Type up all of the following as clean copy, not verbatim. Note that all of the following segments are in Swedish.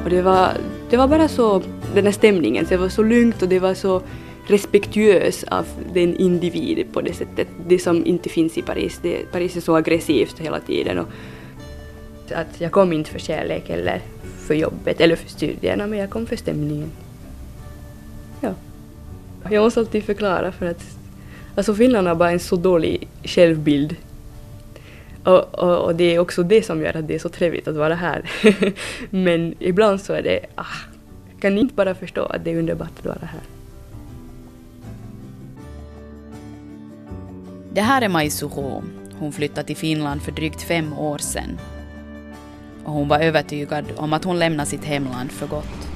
Och det var bara så, den här stämningen, så det var så lugnt och det var så respektuös av den individ på det sättet. Det som inte finns i Paris. Paris är så aggressivt hela tiden. Och att jag kom inte för kärlek eller för jobbet eller för studierna, men jag kom för stämningen. Ja. Jag måste alltid förklara för att alltså Finland har bara en så dålig självbild. Och det är också det som gör att det är så trevligt att vara här. Men ibland så är det, kan ni inte bara förstå att det är underbart att vara här. Det här är Mai Suho. Hon flyttade till Finland för drygt 5 år sedan. Och hon var övertygad om att hon lämnar sitt hemland för gott.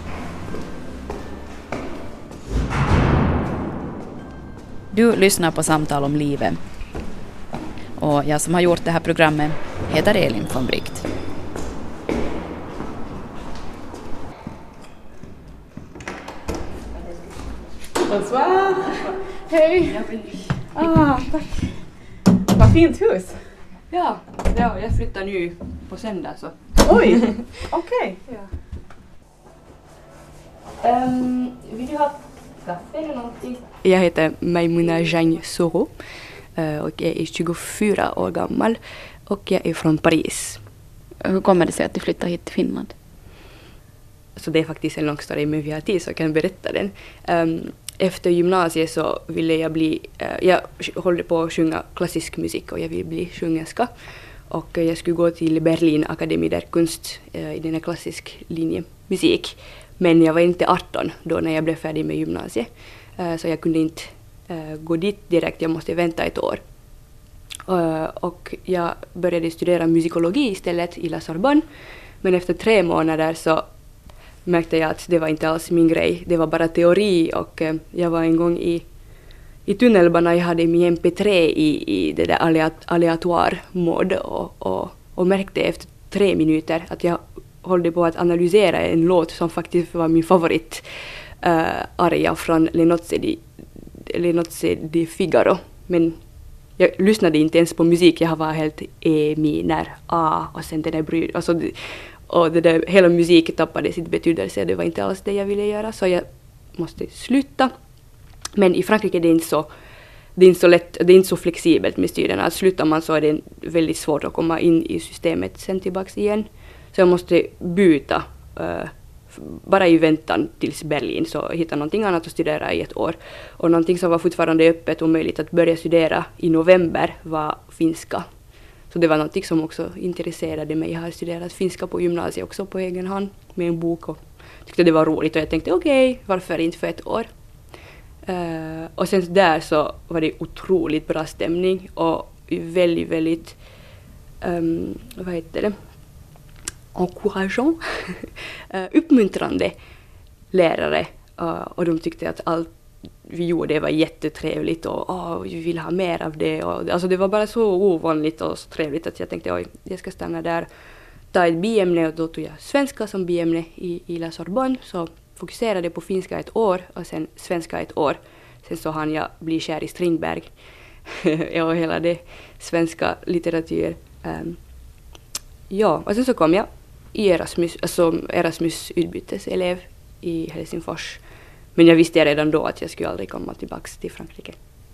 Du lyssnar på Samtal om livet. Och jag som har gjort det här programmet heter Elin von Bricht. Bonsoir! Hej! Tack! Vad fint hus! Ja, jag flyttar nu på söndag så. Oj! Okej. Vill du ha kaffe eller någonting? Jag heter Maimouna Jeanne Soro och jag är 24 år gammal och jag är från Paris. Hur kommer det sig att du flyttar hit till Finland? Så det är faktiskt en lång story, men vi har tid så jag kan berätta den. Efter gymnasiet så ville jag bli, jag håller på att sjunga klassisk musik och jag vill bli sjungerska. Och jag skulle gå till Berlin Akademi der Kunst i den här klassisk linje musik. Men jag var inte 18 då när jag blev färdig med gymnasiet. Så jag kunde inte gå dit direkt, jag måste vänta ett år. Och jag började studera musikologi istället i La Sorbonne. Men efter 3 månader så märkte jag att det var inte alls min grej. Det var bara teori och jag var en gång i tunnelbanan. Jag hade min MP3 i det där aleatoire mode och märkte efter 3 minuter att jag höll på att analysera en låt som faktiskt var min favorit, aria från Le Nozze di Figaro. Men jag lyssnade inte ens på musik, jag var helt minär, och sen den där och det där, hela musiken tappade sitt betydelse, det var inte alls det jag ville göra, så jag måste sluta. Men i Frankrike det är inte så lätt, det är inte så flexibelt med studierna. Att slutar man så är det väldigt svårt att komma in i systemet sen tillbaks igen. Så jag måste byta, bara i väntan tills Berlin, så hitta någonting annat att studera i ett år. Och någonting som var fortfarande öppet och möjligt att börja studera i november var finska. Så det var något som också intresserade mig. Jag har studerat finska på gymnasiet också på egen hand med en bok och tyckte det var roligt. Och jag tänkte okej, varför inte för ett år? Och sen där så var det otroligt bra stämning och väldigt, väldigt, vad heter det? Encourageant, uppmuntrande lärare. Och de tyckte att allt vi gjorde var jättetrevligt och vi vill ha mer av det. Och, alltså det var bara så ovanligt och så trevligt att jag tänkte jag ska stanna där, ta ett biämne, och då tog jag svenska som biämne i La Sorbonne. Så fokuserade på finska ett år och sen svenska ett år. Sen så hann jag bli kär i Strindberg och hela det svenska litteratur. Ja, och sen så kom jag i Erasmus utbyteselev i Helsingfors. Men jag visste redan då att jag skulle aldrig komma tillbaka till Frankrike.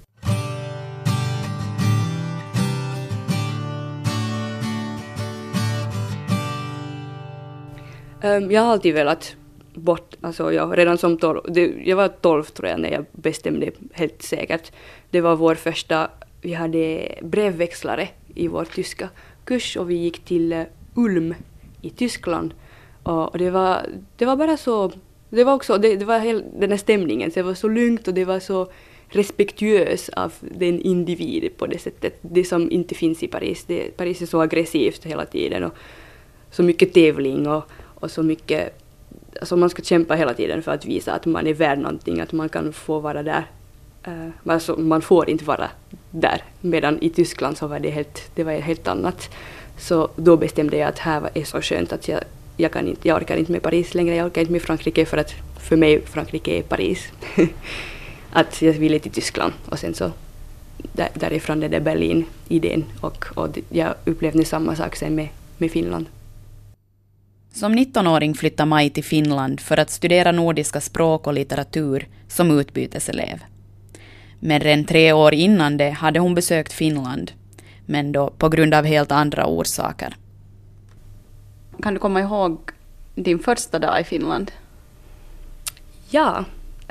Jag har alltid velat bort, alltså redan som 12, jag var 12 tror jag när jag bestämde helt säkert. Det var vår första, vi hade brevväxlare i vår tyska kurs och vi gick till Ulm i Tyskland. Och det var bara så, det var också, det var den här stämningen, så det var så lugnt och det var så respektuös av den individ på det sättet. Det som inte finns i Paris. Paris är så aggressivt hela tiden och så mycket tävling och så mycket, alltså man ska kämpa hela tiden för att visa att man är värd någonting, att man kan få vara där. Alltså man får inte vara där, medan i Tyskland så var det var helt annat. Så då bestämde jag att här är så skönt att jag orkar inte med Paris längre, jag orkar inte med Frankrike, för att för mig Frankrike är Paris. Att jag ville till Tyskland och sen så därifrån det där Berlin-idén och jag upplevde samma sak sen med Finland. Som 19-åring flyttade Maj till Finland för att studera nordiska språk och litteratur som utbyteselev. Men redan 3 år innan det hade hon besökt Finland, men då på grund av helt andra orsaker. Kan du komma ihåg din första dag i Finland? Ja.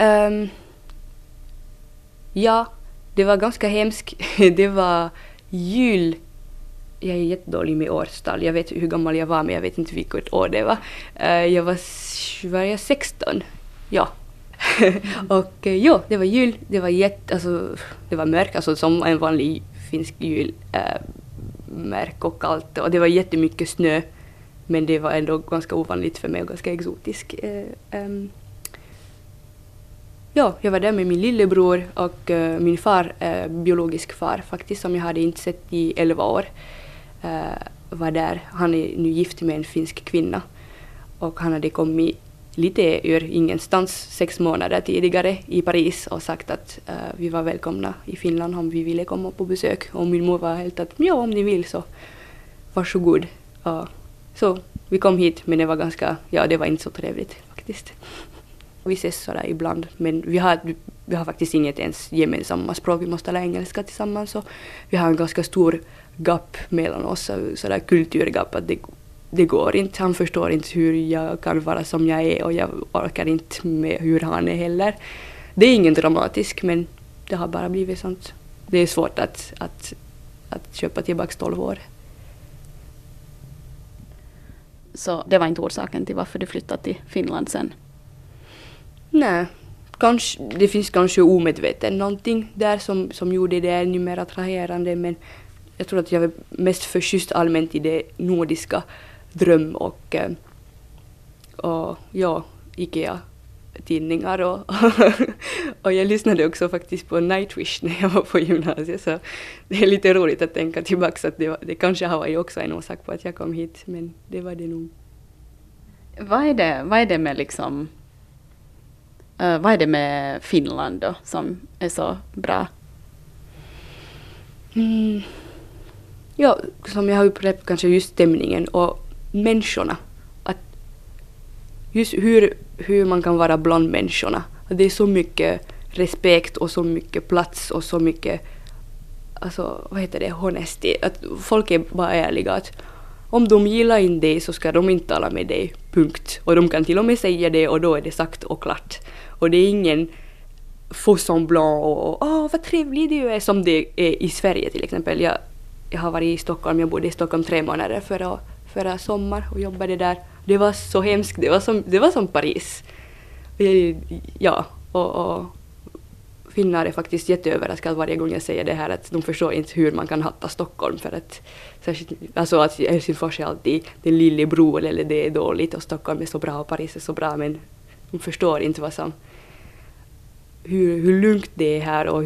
Ja, det var ganska hemskt. Det var jul. Jag är jättedålig med årstal. Jag vet hur gammal jag var, men jag vet inte vilket år det var. Jag var jag 16. Ja. Och det var jul. Det var det var mörkt, alltså som en vanlig finsk jul. Mörk och kallt. Och det var jättemycket snö. Men det var ändå ganska ovanligt för mig och ganska exotiskt. Ja, jag var där med min lillebror och min far, biologisk far faktiskt, som jag hade inte sett i 11 år. Var där. Han är nu gift med en finsk kvinna. Och han hade kommit lite ur ingenstans 6 månader tidigare i Paris och sagt att vi var välkomna i Finland om vi ville komma på besök. Och min mor var helt att ja, om ni vill så varsågod. Så vi kom hit, men det var det var inte så trevligt faktiskt. Vi ses sådär ibland, men vi har faktiskt inget ens gemensamma språk. Vi måste lära engelska tillsammans, så vi har en ganska stor gap mellan oss, sådär kulturgap, att det går inte. Han förstår inte hur jag kan vara som jag är och jag orkar inte med hur han är heller. Det är ingen dramatisk, men det har bara blivit sånt. Det är svårt att köpa tillbaka 12 år. Så det var inte orsaken till varför du flyttade till Finland sen? Nej, det finns kanske omedvetet någonting där som gjorde det ännu mer attraherande, men jag tror att jag är mest förtjust allmänt i det nordiska dröm och IKEA-tidningar och jag lyssnade också faktiskt på Nightwish när jag var på gymnasiet, så det är lite roligt att tänka tillbaka att det kanske har varit också en orsak på att jag kom hit, men det var det nog. Vad är det med liksom... vad är det med Finland då som är så bra? Ja, som jag har upprepat, kanske just stämningen och människorna. Att just hur man kan vara bland människorna. Att det är så mycket respekt och så mycket plats och så mycket, alltså honesty. Att folk är bara ärliga. Att om de gillar inte dig så ska de inte tala med dig, punkt. Och de kan till och med säga det och då är det sagt och klart. Och det är ingen faux semblant och vad trevlig du är som det är i Sverige till exempel. Jag har varit i Stockholm, jag bodde i Stockholm 3 månader förra sommar och jobbade där. Det var så hemskt, det var som Paris. Ja, och finnar är faktiskt jätteöverraskad varje gång jag säger det här, att de förstår inte hur man kan hata Stockholm, för att alltså att Helsingfors är alltid den lille bror eller det är dåligt och Stockholm är så bra och Paris är så bra, men de förstår inte hur lugnt det är här och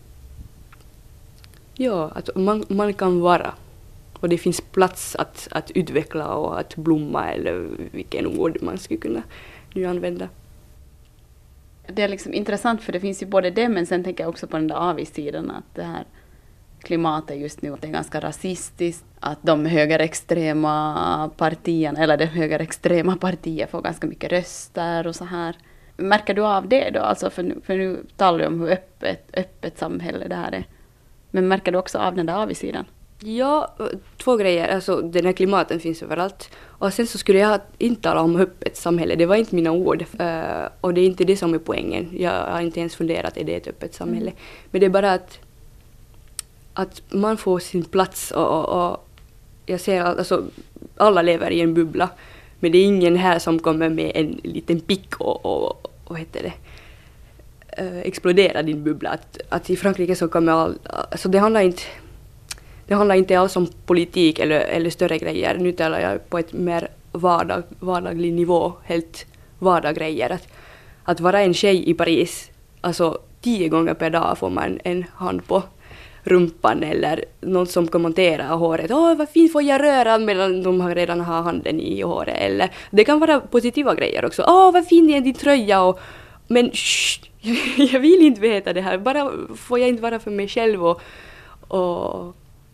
att man kan vara och det finns plats att utveckla och att blomma, eller vilken ord man skulle kunna nu använda. Det är liksom intressant, för det finns ju både det, men sen tänker jag också på den där avigsidan, att det här klimatet just nu är ganska rasistiskt, att de högerextrema partierna, eller det högerextrema partiet får ganska mycket röster och så här. Märker du av det då? Alltså för nu talar du om hur öppet samhälle det här är. Men märker du också av den där avigsidan? Ja, 2 grejer. Alltså den här klimaten finns överallt. Och sen så skulle jag inte tala om öppet samhälle. Det var inte mina ord. Och det är inte det som är poängen. Jag har inte ens funderat, är det ett öppet samhälle? Men det är bara att man får sin plats och jag ser alltså alla lever i en bubbla. Men det är ingen här som kommer med en liten pick och vad heter det? Explodera din bubbla. Att i Frankrike så kommer alltså det handlar inte alls om politik eller större grejer. Nu talar jag på ett mer vardaglig nivå, helt vardagsgrejer. Att vara en tjej i Paris, alltså 10 gånger per dag får man en hand på rumpan eller någon som kommenterar håret. Vad fint, får jag röra, medan de redan har handen i håret. Eller det kan vara positiva grejer också. Vad fin är din tröja. Men jag vill inte veta det här. Bara får jag inte vara för mig själv och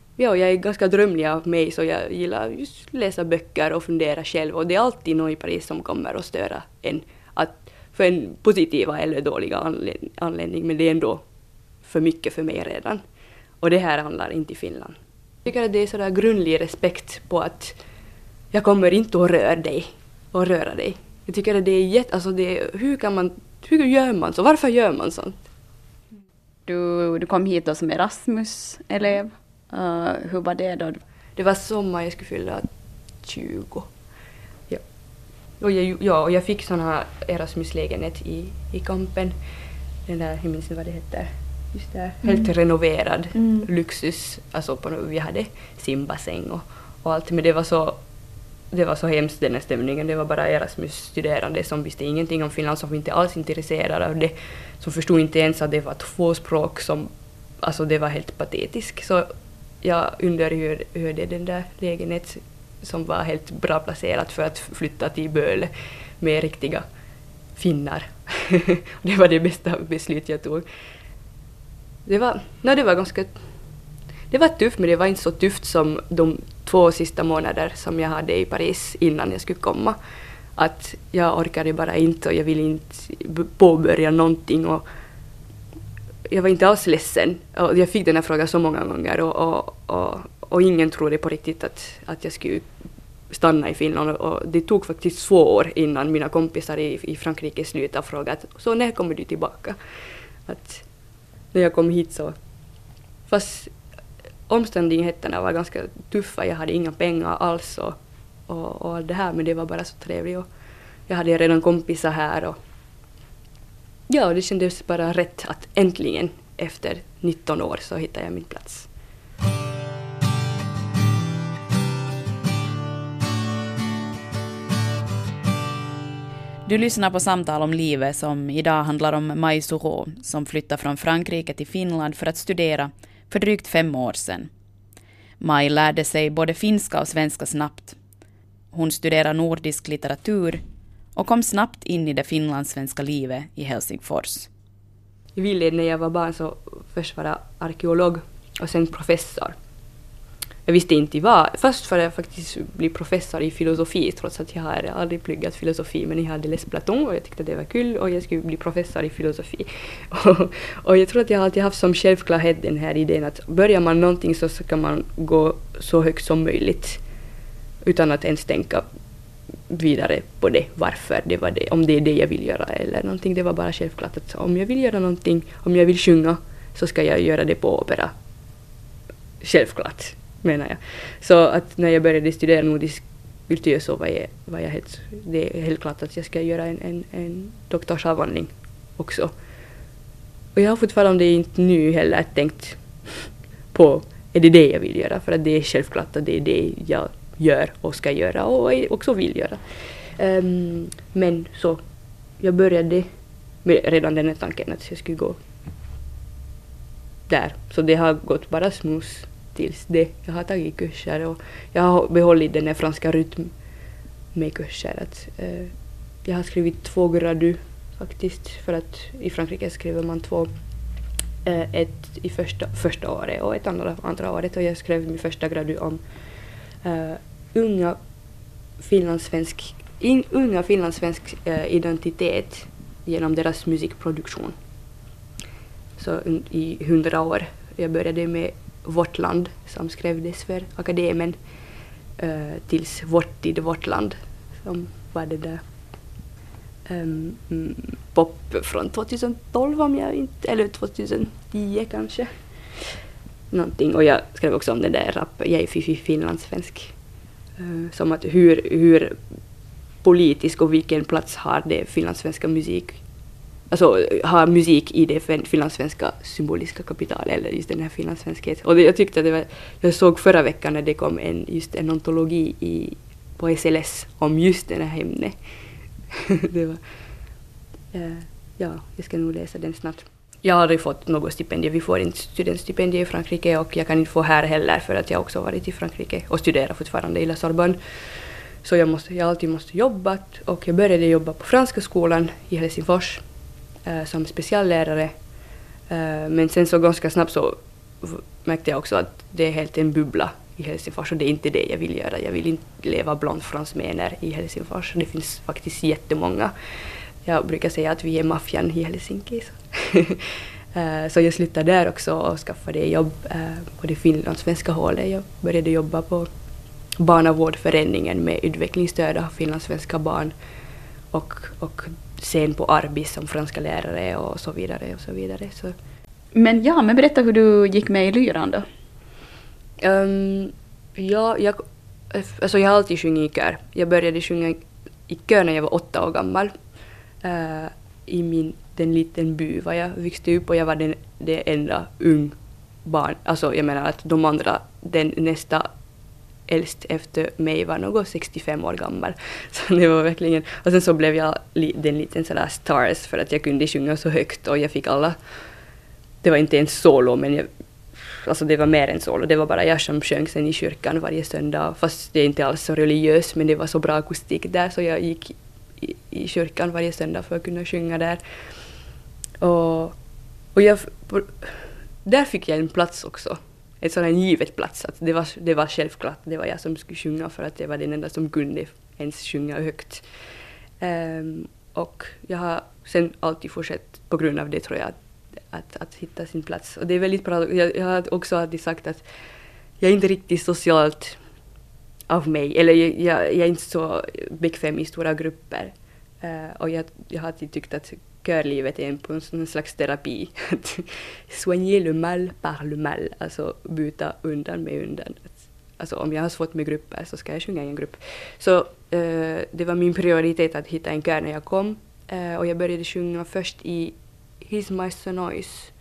Ja, jag är ganska drömlig av mig så jag gillar just läsa böcker och fundera själv. Och det är alltid någon i Paris som kommer att störa en. För en positiva eller dåliga anledning, men det är ändå för mycket för mig redan. Och det här handlar inte i Finland. Jag tycker att det är sådär grundlig respekt på att jag kommer inte att röra dig. Jag tycker att det är hur gör man så? Varför gör man sånt? Du kom hit då som Erasmus-elev. Hur var det då? Det var sommar, jag skulle fylla 20. Ja. Och jag fick sån här Erasmus-lägenhet i Kampen. Den där, jag minns inte vad det heter. Just där, helt renoverad lyxus. Alltså vi hade simbassäng och allt. Men det var så hemskt den här stämningen. Det var bara Erasmus-studerande som visste ingenting om Finland, som inte alls intresserade av det. Som förstod inte ens att det var 2 språk som, alltså det var helt patetiskt. Så jag undrar hur det den där lägenhet som var helt bra placerat för att flytta till Böle med riktiga finnar. Det var det bästa beslut jag tog. Det var tufft, men det var inte så tufft som de 2 sista månader som jag hade i Paris innan jag skulle komma. Att jag orkade bara inte och jag ville inte påbörja någonting. Och jag var inte alls ledsen. Och jag fick den här frågan så många gånger och ingen trodde på riktigt att jag skulle stanna i Finland. Och det tog faktiskt 2 år innan mina kompisar i Frankrike slutade fråga så när kommer du tillbaka? Att när jag kom hit så... Fast omständigheterna var ganska tuffa. Jag hade inga pengar alls och allt det här, men det var bara så trevligt. Och jag hade redan kompisar här och ja, det kändes bara rätt att äntligen efter 19 år så hittade jag min plats. Du lyssnar på Samtal om livet som idag handlar om Mai Suho som flyttade från Frankrike till Finland för att studera för drygt 5 år sedan. Mai lärde sig både finska och svenska snabbt. Hon studerade nordisk litteratur och kom snabbt in i det finlandssvenska livet i Helsingfors. Jag ville när jag var barn så först vara arkeolog och sen professor. Jag visste inte vad. Först för jag faktiskt bli professor i filosofi trots att jag hade aldrig pluggat filosofi, men jag hade läst Platon och jag tyckte det var kul och jag skulle bli professor i filosofi. Och jag tror att jag alltid haft som självklarhet den här idén att börjar man någonting så ska man gå så högt som möjligt utan att ens tänka vidare på det, varför det var det, om det är det jag vill göra eller någonting. Det var bara självklart att om jag vill göra någonting, om jag vill sjunga så ska jag göra det på opera. Självklart, menar jag. Så att när jag började studera nordisk kultur så var jag det är helt klart att jag ska göra en doktorsavhandling också. Och jag har fortfarande inte nu heller tänkt på är det jag vill göra, för att det är självklart att det är det jag gör och ska göra och också vill göra. Men så jag började med redan den här tanken att jag skulle gå där. Så det har gått bara smus tills det. Jag har tagit kurser och jag har behållit den här franska rytm med kurser. Jag har skrivit 2 gradu faktiskt, för att i Frankrike skriver man 2. Ett i första året och ett andra året, och jag skrev min första gradu om unga finlandssvensk identitet genom deras musikproduktion. Så i 100 år. Jag började med Vårt land som skrevs för akademin tills Vårt tid, Vårt land som var det där pop från 2012 om jag inte, eller 2010 kanske. Någonting. Och jag skrev också om den där rap, jag är fifi finlandssvensk. Som att hur politisk och vilken plats har det finlandssvenska musik, alltså har musik i det finlandssvenska symboliska kapital eller just den här finlandssvenskhet. Och jag tyckte att jag såg förra veckan när det kom en ontologi på SLS om just den här ämnet. Det var, ja, jag ska nog läsa den snart. Jag har aldrig fått något stipendium. Vi får inte studentstipendium i Frankrike och jag kan inte få här heller för att jag också varit i Frankrike och studerar fortfarande i La Sorbonne. Så jag alltid måste jobba, och jag började jobba på franska skolan i Helsingfors som speciallärare. Men sen så ganska snabbt så märkte jag också att det är helt en bubbla i Helsingfors och det är inte det jag vill göra. Jag vill inte leva bland fransmäner i Helsingfors. Det finns faktiskt jättemånga. Jag brukar säga att vi är maffian i Helsinki. Så jag slutade där också och skaffade jobb på det finlandssvenska hållet. Jag började jobba på barnavårdföreningen med utvecklingsstörda av finlandssvenska barn och sen på Arbis som franska lärare och så vidare och så vidare. Så. Men berätta hur du gick med i lyran då. Jag har alltid sjungit i kör. Jag började sjunga i kör när jag var 8 år gammal. I den liten by var jag växte upp och jag var det enda ung barn. Alltså jag menar att de andra, den nästa äldst efter mig var något 65 år gammal. Så det var verkligen, och sen så blev jag den liten sådär stars för att jag kunde sjunga så högt och jag fick alla, det var inte en solo men alltså det var mer än solo, det var bara jag som sjöng sen i kyrkan varje söndag, fast det är inte alls så religiöst men det var så bra akustik där så jag gick i kyrkan varje söndag för att kunna sjunga där. Och där fick jag en plats också. En sån här givet plats. Att det var självklart. Det var jag som skulle sjunga för att jag var den enda som kunde ens sjunga högt. Och jag har sen alltid fortsatt på grund av det tror jag att hitta sin plats. Och det är väldigt bra. Jag har också alltid sagt att jag är inte riktigt socialt av mig. Eller jag är inte så bekväm i stora grupper. Och jag har alltid tyckt att körlivet är en slags terapi. Soigner le mal par le mal. Alltså byta undan med undan. Alltså om jag har svårt med grupper så ska jag sjunga i en grupp. Så det var min prioritet att hitta en kör när jag kom. Och jag började sjunga först i His Master Noise.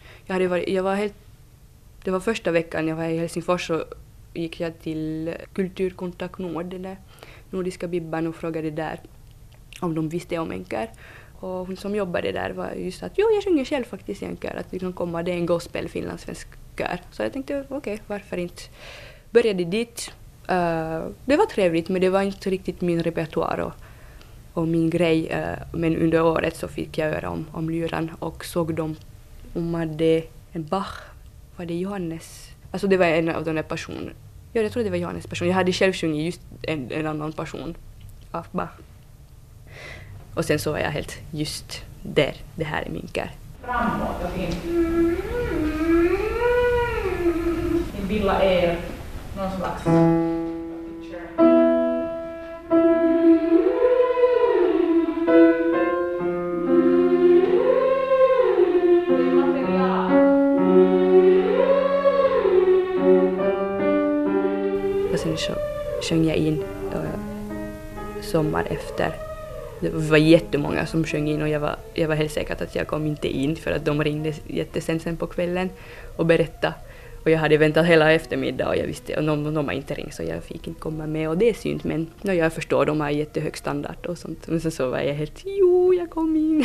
Det var första veckan jag var i Helsingfors så gick jag till Kulturkontakt Nord, den där nordiska bibban och frågade där om de visste om en kör. Och hon som jobbade där var just att jag sjunger själv faktiskt i en kör. Att vi kan komma, det är en gospel finlandssvensk kör. Så jag tänkte okej, varför inte. Började dit. Det var trevligt men det var inte riktigt min repertoar och min grej. Men under året så fick jag höra om lyran och såg dem om hade en Bach. Var det Johannes? Alltså det var en av de där passionerna. Ja, jag tror det var Johannes passion. Jag hade själv sjungit just en annan passion av Bach. Och sen så var jag helt just där. Det här är min kör. Framåt och in. Inbilla er någon slags picture. Och sen så sjöng jag in sommar efter. Det var jättemånga som sjöng in och jag var helt säker att jag kom inte in för att de ringde jättesen på kvällen och berättade. Och jag hade väntat hela eftermiddag och jag visste och de har inte ringt så jag fick inte komma med och det är synd men jag förstår de har jättehög standard och sånt. Men sen så var jag helt jag kom in.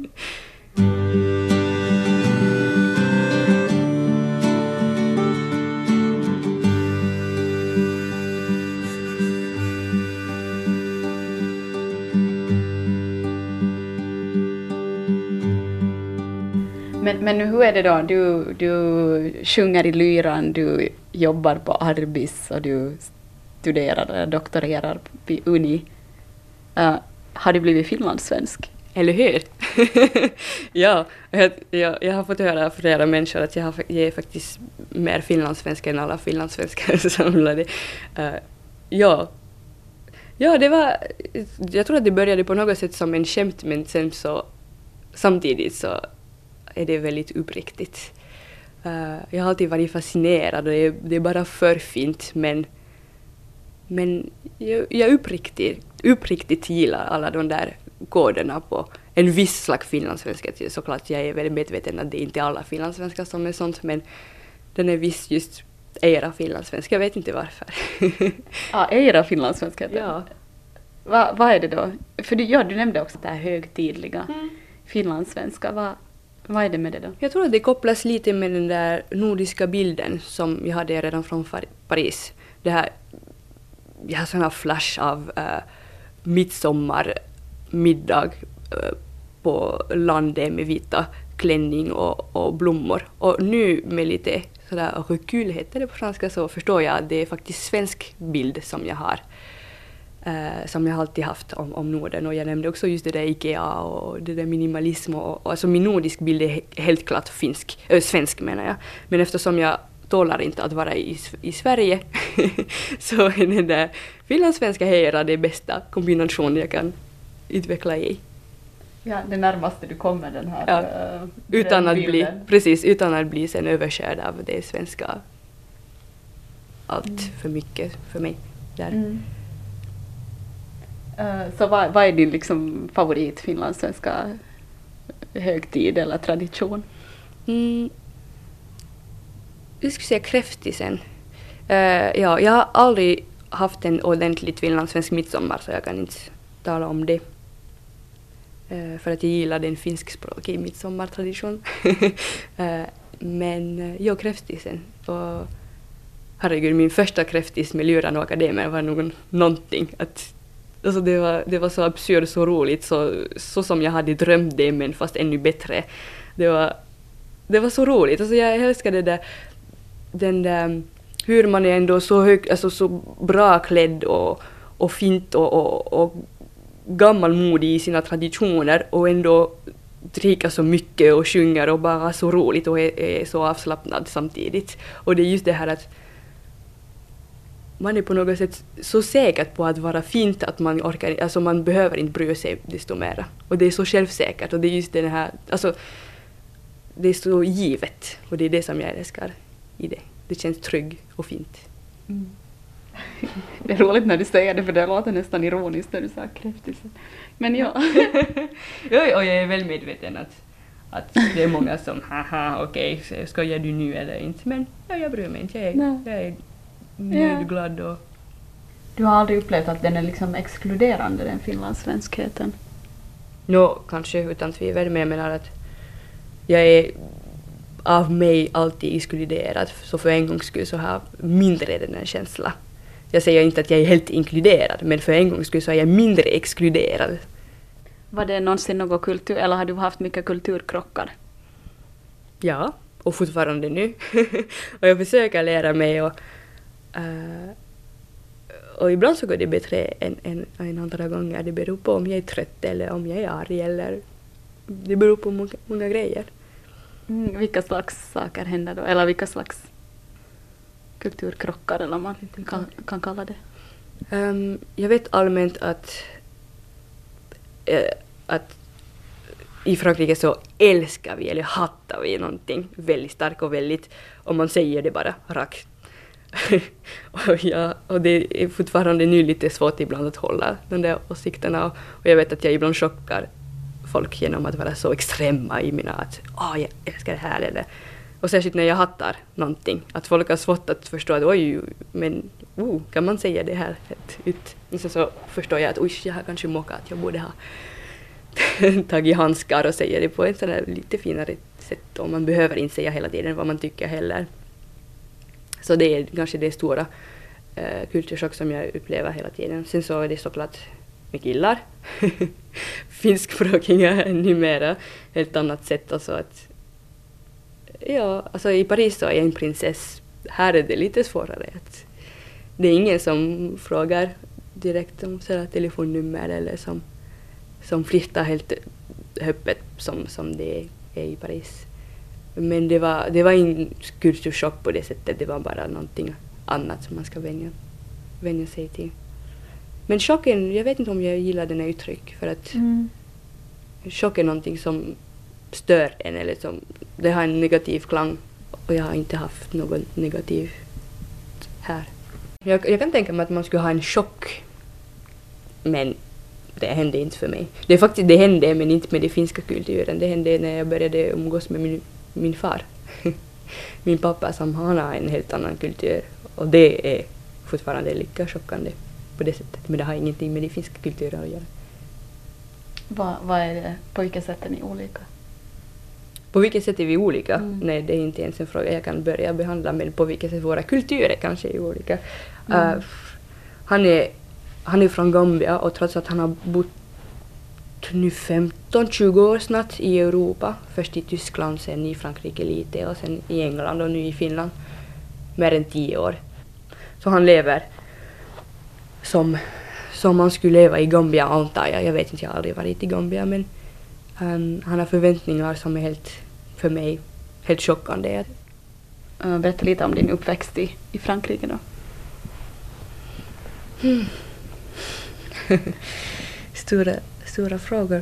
Men hur är det då? Du sjunger i lyran, du jobbar på Arbis och du studerar, doktorerar vid Uni. Har du blivit finlandssvensk? Eller hur? Ja, jag har fått höra av flera människor att jag är faktiskt mer finlandssvensk än alla finlandssvenskar samlade. Ja, det var... Jag tror att det började på något sätt som en skämt men sen så samtidigt så är det väldigt uppriktigt. Jag har alltid varit fascinerad och det är bara för fint men jag uppriktigt gillar alla de där koderna på en viss slags finlandssvenska. Såklart jag är väldigt medveten att det är inte alla finlandssvenskar som är sånt men den är visst just era finlandssvenska, jag vet inte varför. Era finlandssvenska? Ja. Vad är det då? För du nämnde också det här högtidliga finlandssvenska. Vad är det med det då? Jag tror att det kopplas lite med den där nordiska bilden som jag hade redan från Paris. Det här, jag har sådana flash av midsommarmiddag på landet med vita klänning och blommor. Och nu med lite sådär recul heter det på franska, så förstår jag att det är faktiskt svensk bild som jag har. Som jag alltid haft om Norden. Och jag nämnde också just det där IKEA och det där minimalism. Och alltså min nordisk bild är helt klart svensk menar jag. Men eftersom jag tålar inte att vara i Sverige så är den där finlandssvenska hejra det bästa kombinationen jag kan utveckla i. Ja, det närmaste du kommer den här utan att bilden. utan att bli sen överkörd av det svenska allt för mycket för mig där. Mm. Så vad är din liksom favorit finlandssvenska högtid eller tradition? Jag skulle säga kräftisen. Ja, jag har aldrig haft en ordentligt finlandssvensk midsommar så jag kan inte tala om det. För att jag gillar den finskspråkiga midsommartradition. Men jag kräftisen. Och herregud, min första kräftis med Luran och Akademin var någonting. Alltså det var så absurt, så roligt, så som jag hade drömt det, men fast ännu bättre. Det var så roligt. Alltså jag älskade den där, hur man är ändå så hög, alltså så bra klädd och fint och gammalmodig i sina traditioner och ändå dricker så mycket och sjunger och bara så roligt och är så avslappnad samtidigt. Och det är just det här att man är på något sätt så säker på att vara fint att man orkar, alltså man behöver inte bry sig desto mera. Och det är så självsäkert och det är just den här, alltså det är så givet och det är det som jag älskar i det. Det känns trygg och fint. Mm. Det är roligt när du säger det för det låter nästan ironiskt när du sa kräftisen. Men ja. Och jag är väl medveten att det är många som haha okej, skojar du nu eller inte, men jag bryr mig inte. Jag är nöjd, glad och... Du har aldrig upplevt att den är liksom exkluderande, den finlandssvenskheten? Kanske utan tvivel, men jag menar att jag är av mig alltid exkluderad, så för en gångs skull så har jag mindre den känsla. Jag säger inte att jag är helt inkluderad, men för en gångs skull så är jag mindre exkluderad. Var det någonsin någon kultur, eller har du haft mycket kulturkrockar? Ja, och fortfarande nu. Och jag försöker lära mig och ibland så går det bättre än andra gånger. Det beror på om jag är trött eller om jag är arg eller det beror på många grejer. Vilka slags saker händer då? Eller vilka slags kulturkrockar eller man kan kalla det? Jag vet allmänt att i Frankrike så älskar vi eller hattar vi någonting väldigt starkt och väldigt, om man säger det bara rakt. och det är fortfarande nu lite svårt ibland att hålla de där åsikterna och jag vet att jag ibland chockar folk genom att vara så extrema i mina att jag älskar det här eller och särskilt när jag hattar någonting att folk har svårt att förstå att oj men kan man säga det här ut så förstår jag att jag har kanske mockat att jag borde ha tagit handskar och säga det på ett sådär lite finare sätt och man behöver inte säga hela tiden vad man tycker heller. Så det är kanske det stora kulturchock som jag upplever hela tiden. Sen så är det såklart med killar. Finskspråkiga numera. Helt annat sätt. Alltså att, alltså i Paris så är jag en prinsess. Här är det lite svårare. Att det är ingen som frågar direkt om sådana telefonnummer eller som flirtar helt öppet som det är i Paris. Men det var en kulturchock på det sättet. Det var bara någonting annat som man ska vänja sig till. Men chocken, jag vet inte om jag gillar den här uttryck. För att chock är någonting som stör en. Eller som, det har en negativ klang. Och jag har inte haft någon negativ här. Jag kan tänka mig att man skulle ha en chock. Men det hände inte för mig. Det hände men inte med den finska kulturen. Det hände när jag började umgås med min far. Min pappa som han har en helt annan kultur. Och det är fortfarande lika chockande på det sättet. Men det har ingenting med den finska kulturen att göra. Vad är det? På vilket sätt är ni olika? På vilket sätt är vi olika? Nej, det är inte ens en fråga jag kan börja behandla. Men på vilket sätt våra kulturer kanske är olika. Han är från Gambia och trots att han har bott nu 15-20 år snart i Europa. Först i Tyskland, sen i Frankrike lite och sen i England och nu i Finland. Mer än 10 år. Så han lever som man skulle leva i Gambia, antar jag. Jag vet inte, jag har aldrig varit i Gambia, men han har förväntningar som är helt, för mig, helt chockande. Berätta lite om din uppväxt i Frankrike då. Stora frågor.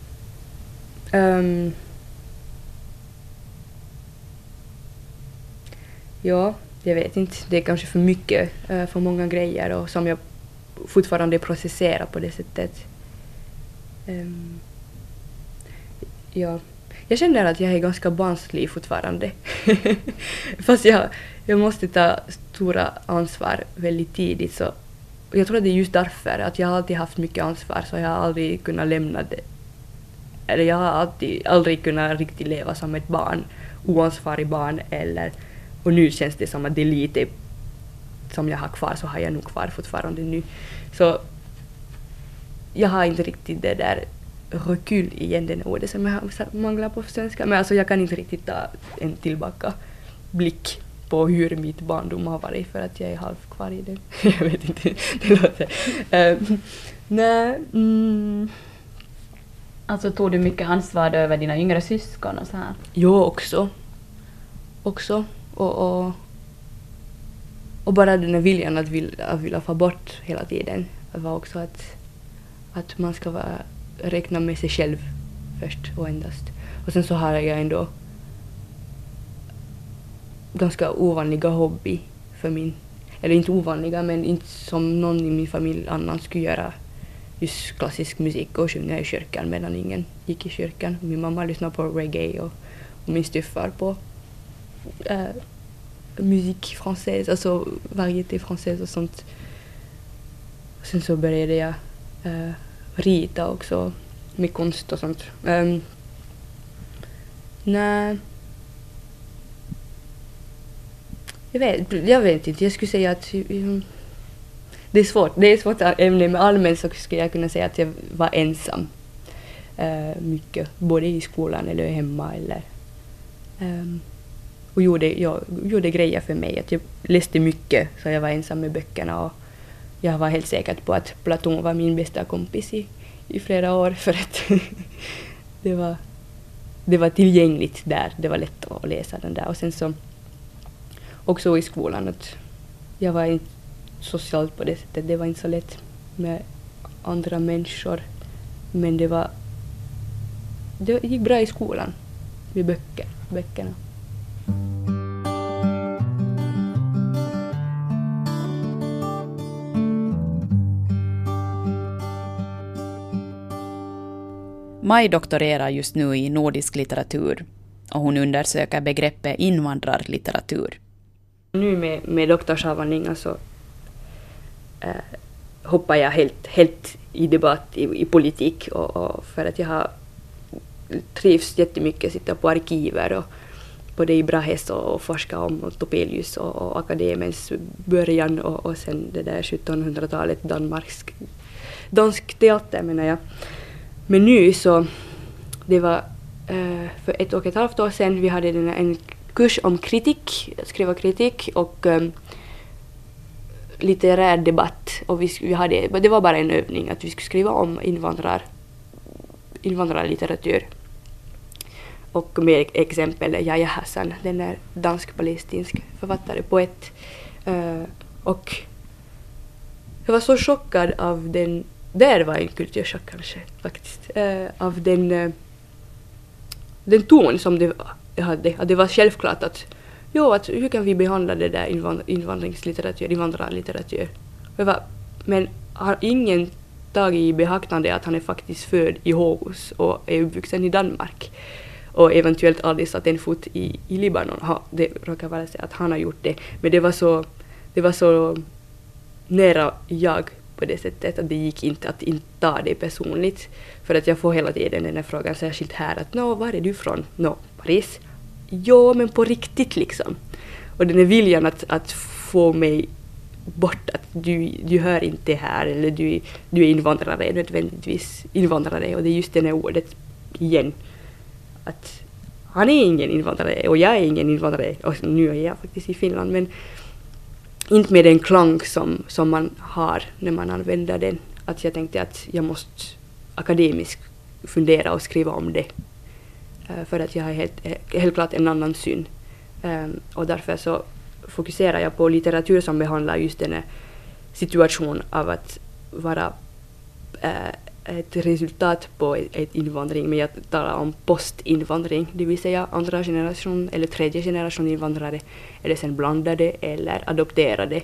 Ja, jag vet inte. Det är kanske för mycket, för många grejer och som jag fortfarande processerar på det sättet. Ja. Jag känner att jag är ganska barnslig fortfarande. Fast jag måste ta stora ansvar väldigt tidigt. Så jag tror att det är just därför att jag alltid haft mycket ansvar så jag har aldrig kunnat lämna det. Eller jag har aldrig kunnat riktigt leva som ett barn, oansvarig barn. Och nu känns det som att det är lite som jag har kvar, så har jag nog kvar fortfarande nu. Så jag har inte riktigt det där rekyl igen, den ordet som jag manglar på svenska. Men alltså jag kan inte riktigt ta en tillbaka blick på hur mitt barndom har varit för att jag är halv kvar i den. Jag vet inte, det låter. Nej. Alltså tog du mycket ansvar över dina yngre syskon och så här? Jo, också. Och bara den här viljan att vilja få bort hela tiden. Det var också att man ska räkna med sig själv först och endast. Och sen så har jag ändå ganska ovanliga hobby för min, eller inte ovanliga men inte som någon i min familj annan skulle göra, just klassisk musik och sjunga i kyrkan medan ingen gick i kyrkan. Min mamma lyssnar på reggae och min styffar på musik française, alltså variété française och sånt. Och sen så började jag rita också med konst och sånt. Nej. Jag vet inte. Jag skulle säga att det är svårt ämne, men allmänt så skulle jag kunna säga att jag var ensam mycket, både i skolan eller hemma eller och gjorde grejer för mig. Att jag läste mycket så jag var ensam med böckerna och jag var helt säker på att Platon var min bästa kompis i flera år för att det var tillgängligt där. Det var lätt att läsa den där. Och sen så också i skolan att jag var inte socialt på det sättet. Det var inte så lätt med andra människor. Men det gick bra i skolan med böckerna. Maj doktorerar just nu i nordisk litteratur och hon undersöker begreppet invandrarlitteratur. Nu med doktorsavhandlingen så hoppar jag helt i debatt i politik och för att jag har trivs jättemycket sitta på arkiver och både i Brahes och forska om Topelius och akademens början och sen det där 1700-talet dansk teater menar jag. Men nu så, det var för 1,5 år sedan vi hade en kurs om skriva kritik och litterär debatt. Och det var bara en övning att vi skulle skriva om invandrarlitteratur. Och med exempel Yahya Hassan, den är dansk-palestinsk författare, poet. Och jag var så chockad av den. Där var en kulturchock kanske faktiskt. Av den ton som det hade. Att det var självklart att hur kan vi behandla det där invandrarlitteratur. Men har ingen tagit i beaktande att han är faktiskt född i Hågus och är uppvuxen i Danmark. Och eventuellt aldrig satt en fot i Libanon. Det råkar vara så att han har gjort det. Men det var så nära jag på det sättet att det gick inte att inte ta det personligt. För att jag får hela tiden den här frågan, särskilt här, att var är du från? Paris? Jo, men på riktigt liksom. Och den är viljan att få mig bort att du hör inte här, eller du är invandrare, nödvändigtvis invandrare, och det är just det här ordet igen. Att han är ingen invandrare och jag är ingen invandrare, och nu är jag faktiskt i Finland, men inte med den klang som man har när man använder den. Att jag tänkte att jag måste akademiskt fundera och skriva om det. För att jag har helt klart en annan syn. Och därför så fokuserar jag på litteratur som behandlar just den här situation av att vara ett resultat på ett invandring. Men jag talar om postinvandring, det vill säga andra generation eller tredje generation invandrare, eller sen blandade eller adopterade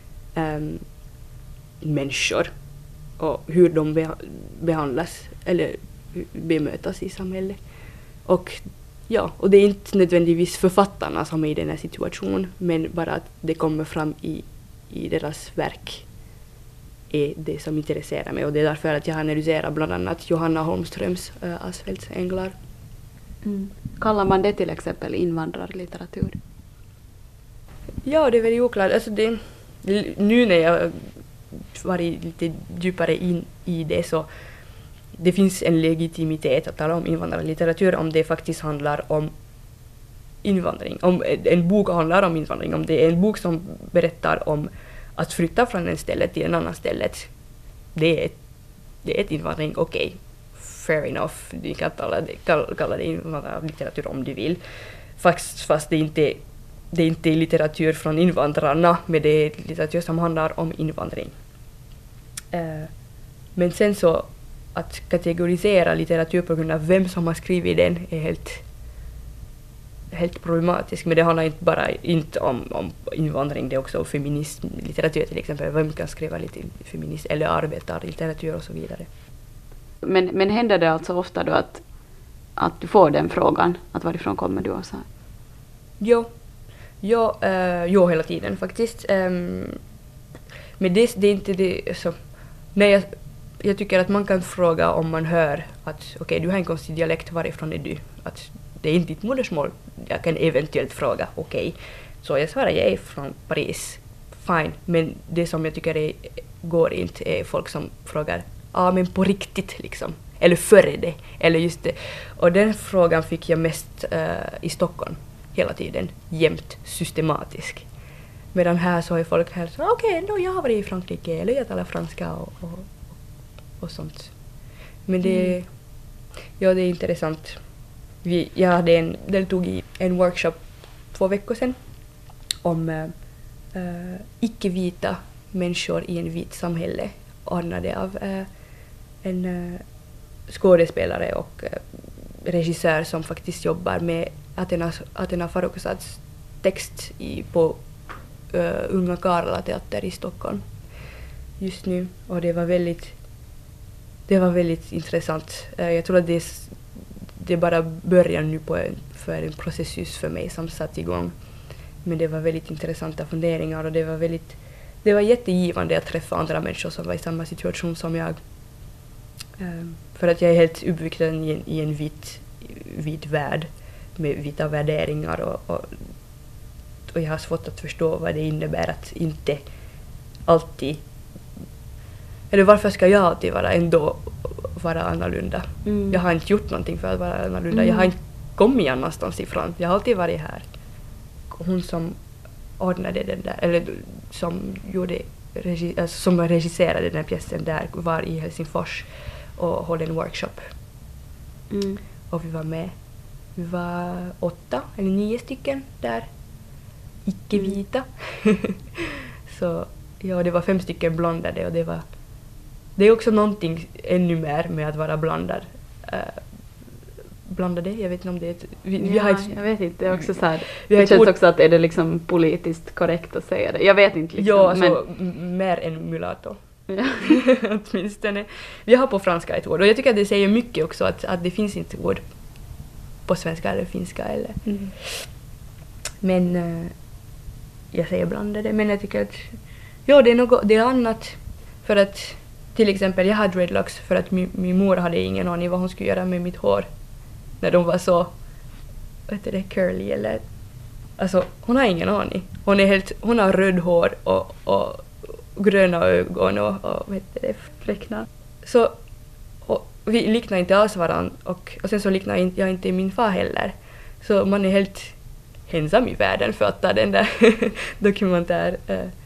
människor, och hur de behandlas eller bemötas i samhället. Och det är inte nödvändigtvis författarna som är i den här situationen, men bara att det kommer fram i deras verk är det som intresserar mig, och det är därför att jag analyserar bland annat Johanna Holmströms Asfälts änglar. Kallar man det till exempel invandrarlitteratur? Ja, det är väldigt oklart. Alltså nu när jag varit lite djupare in i det, så det finns en legitimitet att tala om invandrarlitteratur om det faktiskt handlar om invandring. Om en bok handlar om invandring, om det är en bok som berättar om att flytta från en ställe till en annan stället, det är ett invandring, okej. Fair enough, du kan kalla det invandrarlitteratur om du vill. Fast det är inte litteratur från invandrarna, men det är litteratur som handlar om invandring. Men sen så att kategorisera litteratur på grund av vem som har skrivit den är helt problematiskt. Men det handlar inte om invandring, det är också feministlitteratur till exempel. Vem kan skriva lite feminist eller arbetarlitteratur och så vidare. Men händer det alltså ofta då att du får den frågan, att varifrån kommer du och så här? Jo, hela tiden faktiskt. Men det är inte det så. Nej, jag tycker att man kan fråga om man hör att okej, du har en konstig dialekt, varifrån är du? Att det är inte ditt modersmål. Jag kan eventuellt fråga, okej. Så jag svarar, jag är från Paris. Fine. Men det som jag tycker går inte är folk som frågar, men på riktigt liksom. Eller före det. Eller just det. Och den frågan fick jag mest i Stockholm. Hela tiden. Jämt. Systematisk. Medan här så är folk här så okej, jag har varit i Frankrike. Eller jag talar franska och sånt. Men det är intressant. Jag deltog i en workshop 2 veckor sedan om icke-vita människor i en vit samhälle, ordnade av en skådespelare och regissör som faktiskt jobbar med Athena Farrokhzads text på Unga Karla teater i Stockholm just nu, och det var väldigt intressant. Jag tror att det är bara början nu för en process just för mig som satt igång. Men det var väldigt intressanta funderingar, och det var jättegivande att träffa andra människor som var i samma situation som jag. För att jag är helt uppvuxen i en vit värld med vita värderingar, och jag har svårt att förstå vad det innebär att inte alltid, eller varför ska jag alltid vara annorlunda? Jag har inte gjort någonting för att vara annorlunda. Jag har inte kommit annanstans ifrån. Jag har alltid varit här. Hon som ordnade den där, eller som som regisserade den här pjäsen där, var i Helsingfors och höll en workshop. Och vi var med. Vi var 8 eller 9 stycken där. Icke-vita. Så det var 5 stycken blandade, och det är också någonting ännu mer med att vara blandad. Blandade, jag vet inte om det är jag vet inte, det är också så här. Det känns också att är det liksom politiskt korrekt att säga det. Jag vet inte liksom. Ja, alltså, mer än mulatto. Ja. Åtminstone. Vi har på franska ett ord, och jag tycker att det säger mycket också att det finns inte ord på svenska eller finska eller. Men jag säger blandade, men jag tycker att det är annat, för att till exempel jag har dreadlocks för att min mor hade ingen aning vad hon skulle göra med mitt hår när de var så curly, eller alltså hon har ingen aning. Hon har röd hår och gröna ögon och vad heter det, fräcknar. Så och vi liknar inte alls varandra och sen så liknar jag inte min far heller. Så man är helt ensam i världen för att ta den där dokumentär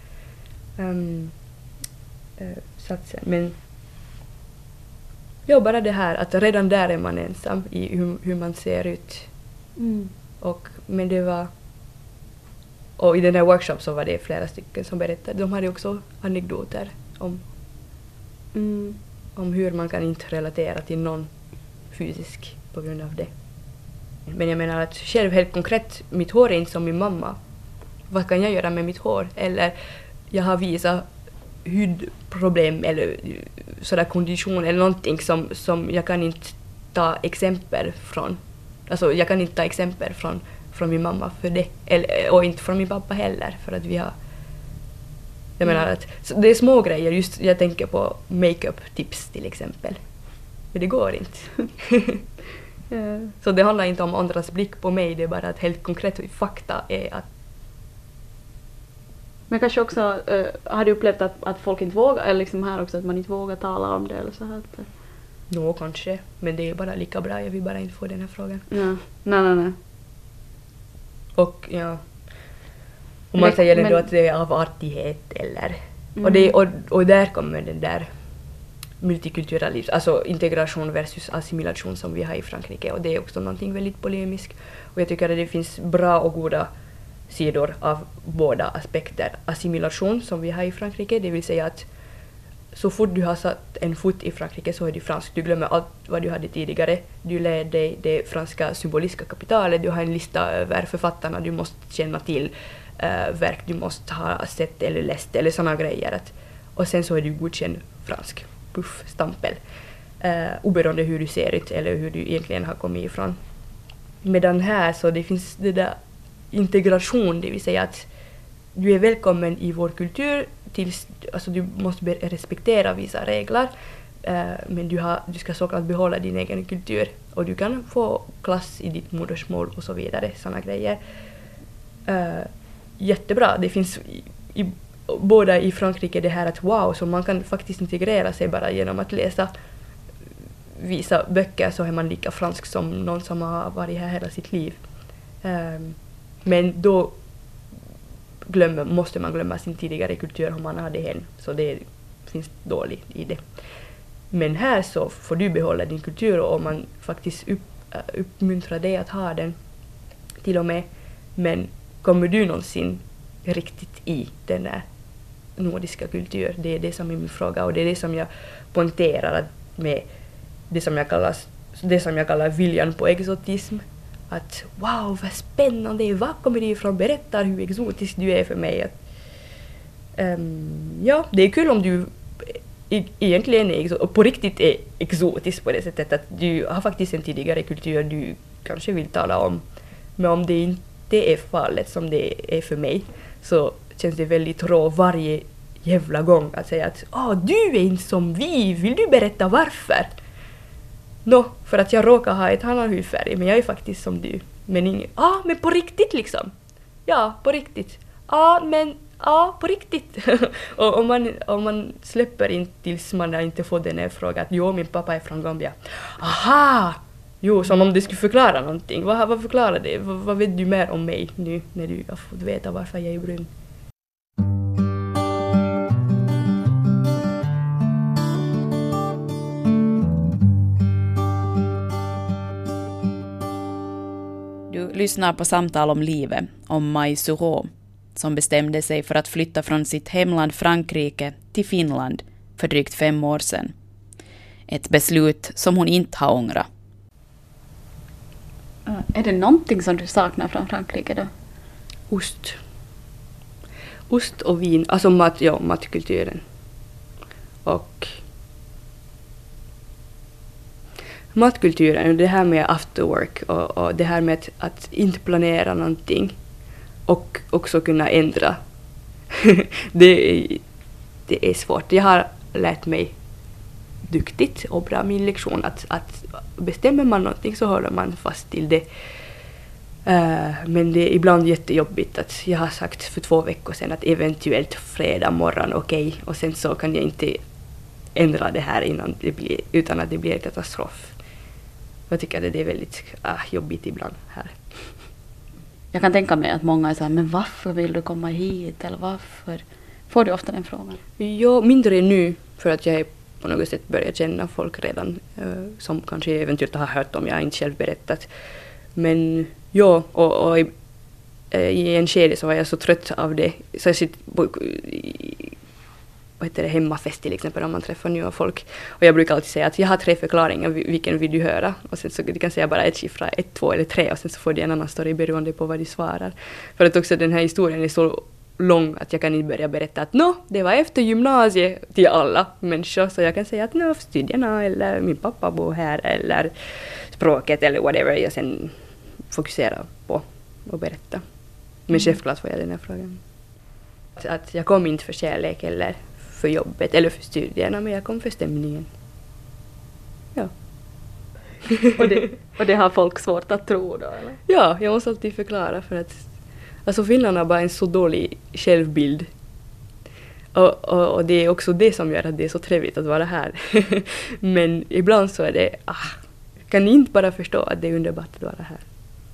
satsen. Men ja, bara det här att redan där är man ensam i hur man ser ut. Men det var... Och i den här workshop så var det flera stycken som berättade. De hade också anekdoter om hur man kan inte relatera till någon fysisk på grund av det. Men jag menar att själv helt konkret, mitt hår är inte som min mamma. Vad kan jag göra med mitt hår? Eller jag har visat hudproblem eller sådär kondition eller någonting som jag kan inte ta exempel från. Alltså jag kan inte ta exempel från min mamma för det. Och inte från min pappa heller för att vi har... Jag menar att det är små grejer, just jag tänker på makeup-tips till exempel. Men det går inte. Så det handlar inte om andras blick på mig, det är bara att helt konkret fakta är att... Men kanske också, har du upplevt att folk inte vågar, eller liksom här också att man inte vågar tala om det eller så här? Kanske, men det är bara lika bra, jag vill bara inte få den här frågan. Ja, nej. Och ja... Och man säger ändå att det är av artighet eller... Och där kommer den där multikulturalism, alltså integration versus assimilation som vi har i Frankrike. Och det är också någonting väldigt polemiskt. Och jag tycker att det finns bra och goda sidor av båda aspekter. Assimilation som vi har i Frankrike, det vill säga att så fort du har satt en fot i Frankrike så är du fransk. Du glömmer allt vad du hade tidigare. Du lär dig det franska symboliska kapitalet. Du har en lista över författarna du måste känna till. Verk du måste ha sett eller läst eller såna grejer. Och sen så är du godkänd fransk. Puff, stampel. Oberoende hur du ser ut eller hur du egentligen har kommit ifrån. Medan här så det finns det där integration, det vill säga att du är välkommen i vår kultur tills, alltså du måste respektera vissa regler men du ska såklart behålla din egen kultur och du kan få klass i ditt modersmål och så vidare, såna grejer. Jättebra, det finns båda i Frankrike det här att wow, så man kan faktiskt integrera sig bara genom att läsa vissa böcker så är man lika fransk som någon som har varit här hela sitt liv. Men då måste man glömma sin tidigare kultur om man har det hen. Så det finns dåligt i det. Men här så får du behålla din kultur och man faktiskt uppmuntrar dig att ha den till och med. Men kommer du någonsin riktigt i den där nordiska kultur? Det är det som är min fråga och det är det som jag poängterar med det som jag kallar viljan på exotism. Att wow, vad spännande, var kommer du ifrån? Berättar hur exotisk du är för mig. Ja, det är kul om du egentligen är på riktigt är exotisk på det sättet att du har faktiskt en tidigare kultur du kanske vill tala om. Men om det inte är fallet som det är för mig så känns det väldigt rå varje jävla gång att säga att du är inte som vi, vill du berätta varför? För att jag råkar ha ett annan hudfärg, men jag är faktiskt som du. Men men på riktigt liksom. Ja, på riktigt. På riktigt. Och om man släpper in tills man inte får den här frågan att min pappa är från Gambia. Aha! Jo, som om det skulle förklara någonting. Vad förklarar det? Vad vet du mer om mig nu när du har fått veta varför jag är brun? Du lyssnar på Samtal om livet om Mai Suho som bestämde sig för att flytta från sitt hemland Frankrike till Finland för drygt 5 år sedan. Ett beslut som hon inte har ångrat. Är det någonting som du saknar från Frankrike då? Ost och vin, alltså matkulturen. Och matkulturen, det här med afterwork och det här med att inte planera någonting och också kunna ändra. det är svårt. Jag har lärt mig duktigt och bra min lektion att bestämmer man någonting så håller man fast till det. Men det är ibland jättejobbigt att jag har sagt för 2 veckor sedan att eventuellt fredag morgon okej. Och sen så kan jag inte ändra det här utan att det blir en katastrof. Jag tycker att det är väldigt jobbigt ibland här. Jag kan tänka mig att många är så här, men varför vill du komma hit? Eller varför? Får du ofta den frågan? Ja, mindre nu för att jag på något sätt börjar känna folk redan som kanske eventuellt har hört om jag inte själv berättat. Men ja, och i en skede så var jag så trött av det. Särskilt hemmafest till exempel om man träffar nya folk. Och jag brukar alltid säga att jag har 3 förklaringar, vilken vill du höra? Och sen så du kan säga bara ett siffra, 1, 2 eller 3 och sen så får du en annan story beroende på vad du svarar. För att också den här historien är så lång att jag kan inte börja berätta att det var efter gymnasiet till alla människor. Så jag kan säga att studierna eller min pappa bor här eller språket eller whatever. Jag sen fokusera på att berätta. Men självklart får jag den här frågan. Att jag kom inte för kärlek eller för jobbet eller för studierna, men jag kom för stämningen. Ja. Och det har folk svårt att tro då, eller? Ja, jag måste alltid förklara för att alltså Finland har bara en så dålig självbild. Och det är också det som gör att det är så trevligt att vara här. Men ibland så är det, kan ni inte bara förstå att det är underbart att vara här?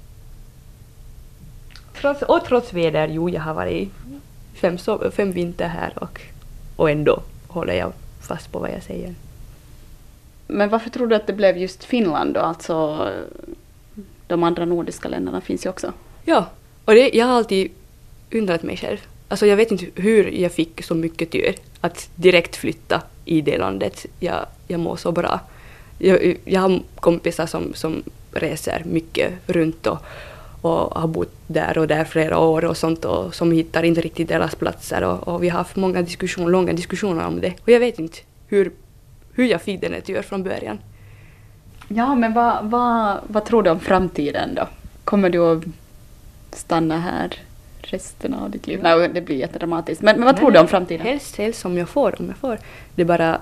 Trots väder, jag har varit 5 vinter här och ändå håller jag fast på vad jag säger. Men varför tror du att det blev just Finland då? Alltså de andra nordiska länderna finns ju också. Ja, och jag har alltid undrat mig själv. Alltså jag vet inte hur jag fick så mycket tur att direkt flytta i det landet. Jag mår så bra. Jag har kompisar som reser mycket runt och har bott där och där flera år och sånt och som hittar inte riktigt deras platser och vi har haft många långa diskussioner om det. Och jag vet inte hur jag fick den här tur från början. Ja, men vad tror du om framtiden då? Kommer du att stanna här resten av ditt liv? Nej, det blir jättedramatiskt. Men vad tror du om framtiden? Helst om jag får. Det är bara...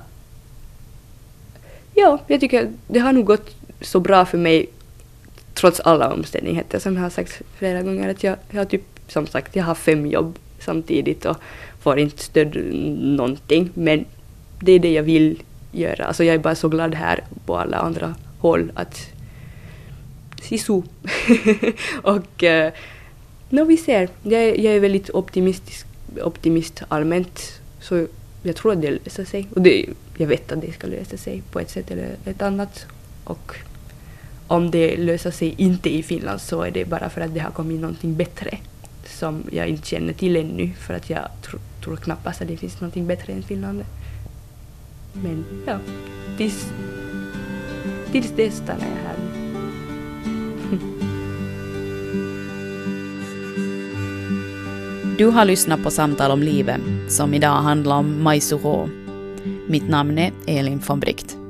Ja, jag tycker det har nog gått så bra för mig trots alla omständigheter som jag har sagt flera gånger. Att jag har typ, som sagt, jag har 5 jobb samtidigt och får inte stöd någonting. Men det är det jag vill göra. Alltså jag är bara så glad här på alla andra håll att sisu. Och vi ser. Jag är väldigt optimist allmänt. Så jag tror att det löser sig. Och jag vet att det ska lösa sig på ett sätt eller ett annat. Och om det löser sig inte i Finland så är det bara för att det har kommit någonting bättre som jag inte känner till ännu. För att jag tror knappast att det finns någonting bättre än Finland. Men ja, tills det stannar jag här. Du har lyssnat på Samtal om livet som idag handlar om Maisuho. Mitt namn är Elin von Bricht.